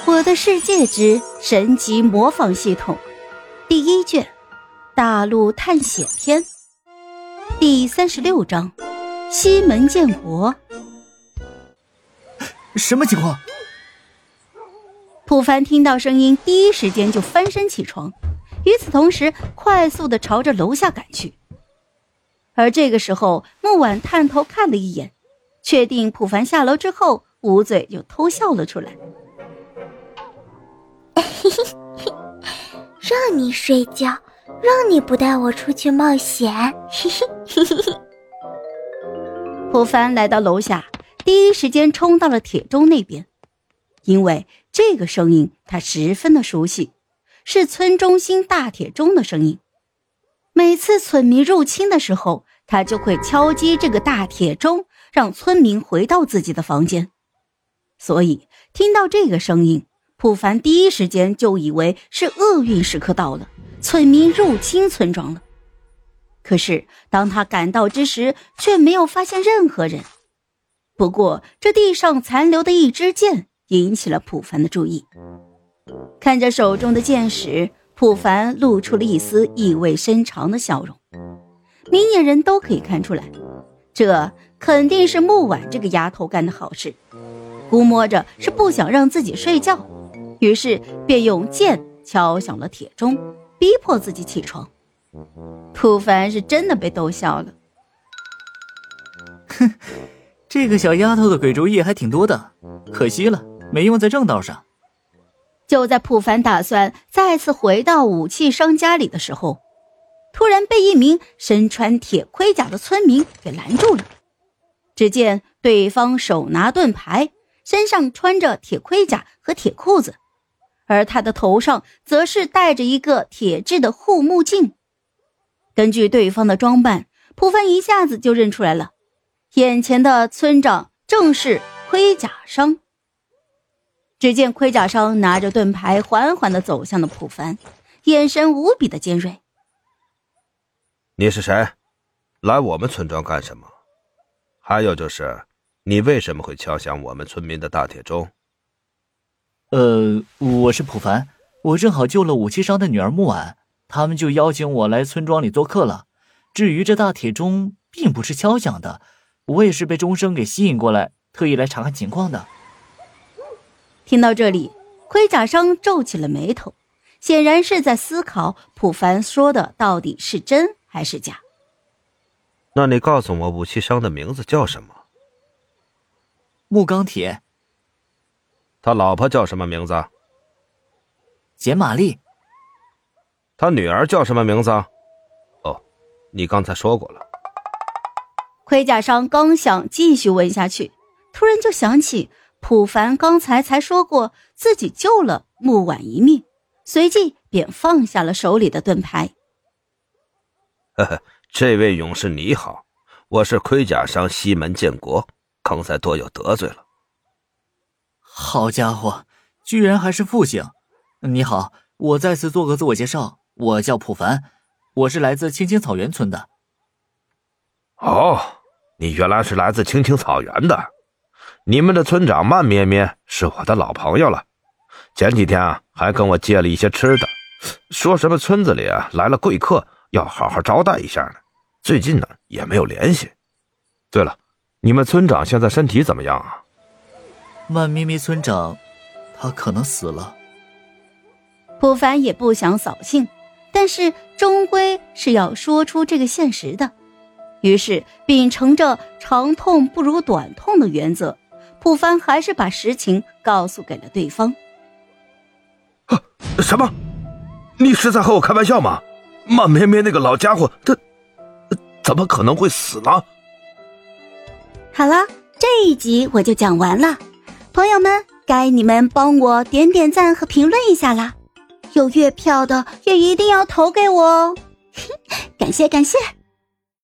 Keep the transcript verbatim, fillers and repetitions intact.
我的世界之神级模仿系统第一卷大陆探险篇第三十六章西门建国。 什么情况？ 普凡听到声音，第一时间就翻身起床，与此同时快速地朝着楼下赶去。而这个时候，木婉探头看了一眼，确定普凡下楼之后，捂嘴就偷笑了出来。 让你睡觉，让你不带我出去冒险。 普凡来到楼下，第一时间冲到了铁钟那边，因为这个声音他十分的熟悉，是村中心大铁钟的声音。每次村民入侵的时候，他就会敲击这个大铁钟，让村民回到自己的房间。所以听到这个声音，普凡第一时间就以为是厄运时刻到了，村民入侵村庄了。可是当他赶到之时，却没有发现任何人。不过这地上残留的一支箭引起了普凡的注意。看着手中的箭矢，普凡露出了一丝意味深长的笑容。明眼人都可以看出来，这肯定是木婉这个丫头干的好事，估摸着是不想让自己睡觉，于是便用剑敲响了铁钟，逼迫自己起床。普凡是真的被逗笑了。 哼，这个小丫头的鬼主意还挺多的，可惜了，没用在正道上。 就在普凡打算再次回到武器商家里的时候，突然被一名身穿铁盔甲的村民给拦住了。只见对方手拿盾牌，身上穿着铁盔甲和铁裤子，而他的头上则是戴着一个铁制的护目镜。根据对方的装扮，普凡一下子就认出来了，眼前的村长正是盔甲商。只见盔甲商拿着盾牌缓缓地走向了普凡，眼神无比的尖锐。 你是谁？来我们村庄干什么？还有就是，你为什么会敲响我们村民的大铁钟？ 呃，我是普凡，我正好救了武器商的女儿木婉，他们就邀请我来村庄里做客了。至于这大铁钟并不是敲响的，我也是被钟声给吸引过来，特意来查看情况的。 听到这里，盔甲商皱起了眉头，显然是在思考普凡说的到底是真还是假。 那你告诉我武器商的名字叫什么？ 木钢铁。 他老婆叫什么名字？ 简玛丽。 他女儿叫什么名字？哦，你刚才说过了。 盔甲商刚想继续问下去，突然就想起普凡刚才才说过自己救了木婉一命，随即便放下了手里的盾牌。 呵呵，这位勇士你好，我是盔甲商西门建国，刚才多有得罪了。 好家伙，居然还是复姓。你好，我再次做个自我介绍，我叫普凡，我是来自青青草原村的。 哦，你原来是来自青青草原的。你们的村长慢咩咩是我的老朋友了，前几天啊还跟我借了一些吃的，说什么村子里啊来了贵客，要好好招待一下呢。最近呢也没有联系。对了，你们村长现在身体怎么样啊？ 慢咩咩村长，他可能死了。 普凡也不想扫兴，但是终归是要说出这个现实的，于是秉承着长痛不如短痛的原则，普凡还是把实情告诉给了对方。 啊，什么？你是在和我开玩笑吗？慢咩咩那个老家伙，他怎么可能会死呢？ 好了，这一集我就讲完了，朋友们，该你们帮我点点赞和评论一下啦，有月票的也一定要投给我哦，感谢感谢。